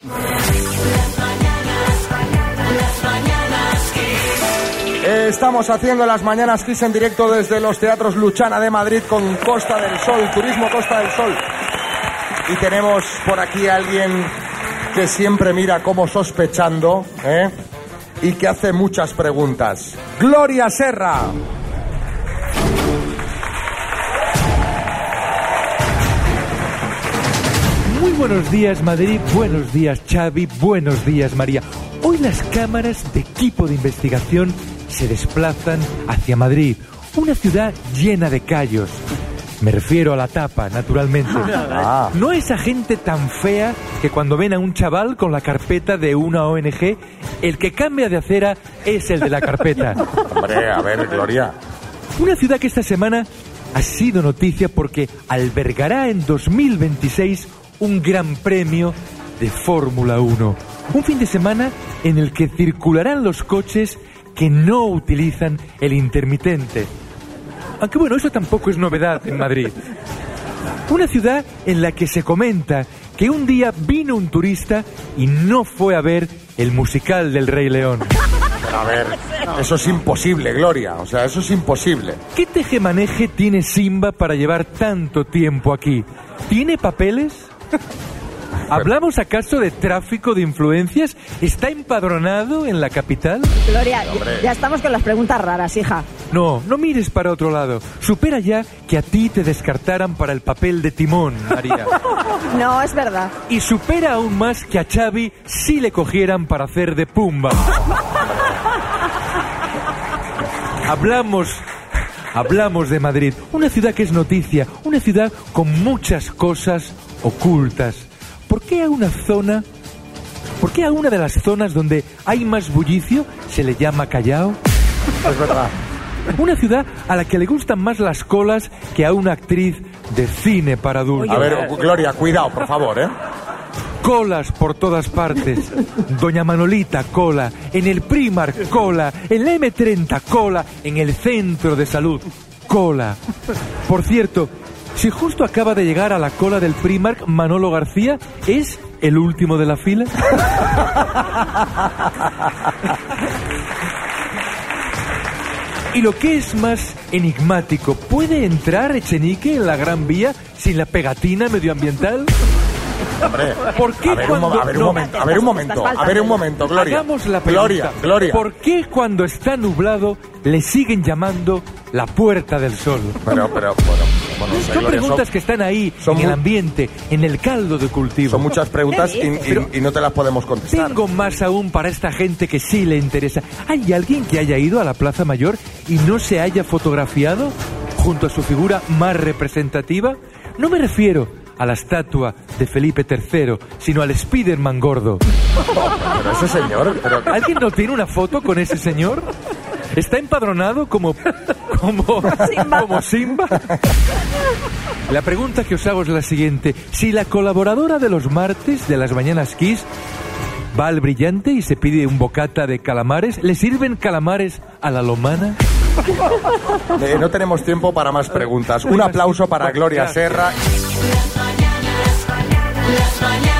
Estamos haciendo las Mañanas Kiss en directo desde los Teatros Luchana de Madrid con Costa del Sol, Turismo Costa del Sol. Y tenemos por aquí a alguien que siempre mira como sospechando, y que hace muchas preguntas. Gloria Serra. Muy buenos días, Madrid, buenos días, Xavi, buenos días, María. Hoy las cámaras de equipo de investigación se desplazan hacia Madrid, una ciudad llena de callos. Me refiero a la tapa, naturalmente. No esa gente tan fea que cuando ven a un chaval con la carpeta de una ONG, el que cambia de acera es el de la carpeta. Hombre, a ver, Gloria. Una ciudad que esta semana ha sido noticia porque albergará en 2026 un gran premio de Fórmula 1. Un fin de semana en el que circularán los coches que no utilizan el intermitente. Aunque bueno, eso tampoco es novedad en Madrid. Una ciudad en la que se comenta que un día vino un turista y no fue a ver el musical del Rey León. Pero a ver, eso es imposible, Gloria. O sea, eso es imposible. ¿Qué tejemaneje tiene Simba para llevar tanto tiempo aquí? ¿Tiene papeles? ¿Hablamos acaso de tráfico de influencias? ¿Está empadronado en la capital? Gloria, ya estamos con las preguntas raras, hija. No mires para otro lado. Supera ya que a ti te descartaran para el papel de Timón, María. No, es verdad. Y supera aún más que a Xavi sí le cogieran para hacer de Pumba. Hablamos de Madrid, una ciudad que es noticia, una ciudad con muchas cosas ocultas. ¿Por qué a una de las zonas donde hay más bullicio se le llama Callao? Es verdad. Una ciudad a la que le gustan más las colas que a una actriz de cine para adultos. A ver, Gloria, cuidado, por favor, Colas por todas partes. Doña Manolita, cola. En el Primark, cola. En la M30, cola. En el centro de salud, cola. Por cierto, si justo acaba de llegar a la cola del Primark Manolo García, ¿es el último de la fila? Y lo que es más enigmático, ¿puede entrar Echenique en la Gran Vía sin la pegatina medioambiental? Hombre, ¿por qué a ver un momento, Gloria. Hagamos la pregunta. Gloria. ¿Por qué cuando está nublado le siguen llamando la Puerta del Sol? Bueno, son preguntas que están ahí, en el ambiente, en el caldo de cultivo. Son muchas preguntas y no te las podemos contestar. Tengo más aún para esta gente que sí le interesa. ¿Hay alguien que haya ido a la Plaza Mayor y no se haya fotografiado junto a su figura más representativa? No me refiero a la estatua de Felipe III, sino al Spiderman gordo. Pero ese señor... ¿Alguien no tiene una foto con ese señor? ¿Está empadronado como Simba? La pregunta que os hago es la siguiente. Si la colaboradora de los martes de las Mañanas Kiss va al Brillante y se pide un bocata de calamares, ¿le sirven calamares a la lomana? No tenemos tiempo para más preguntas. Un aplauso para Gloria Serra. Las mañanas.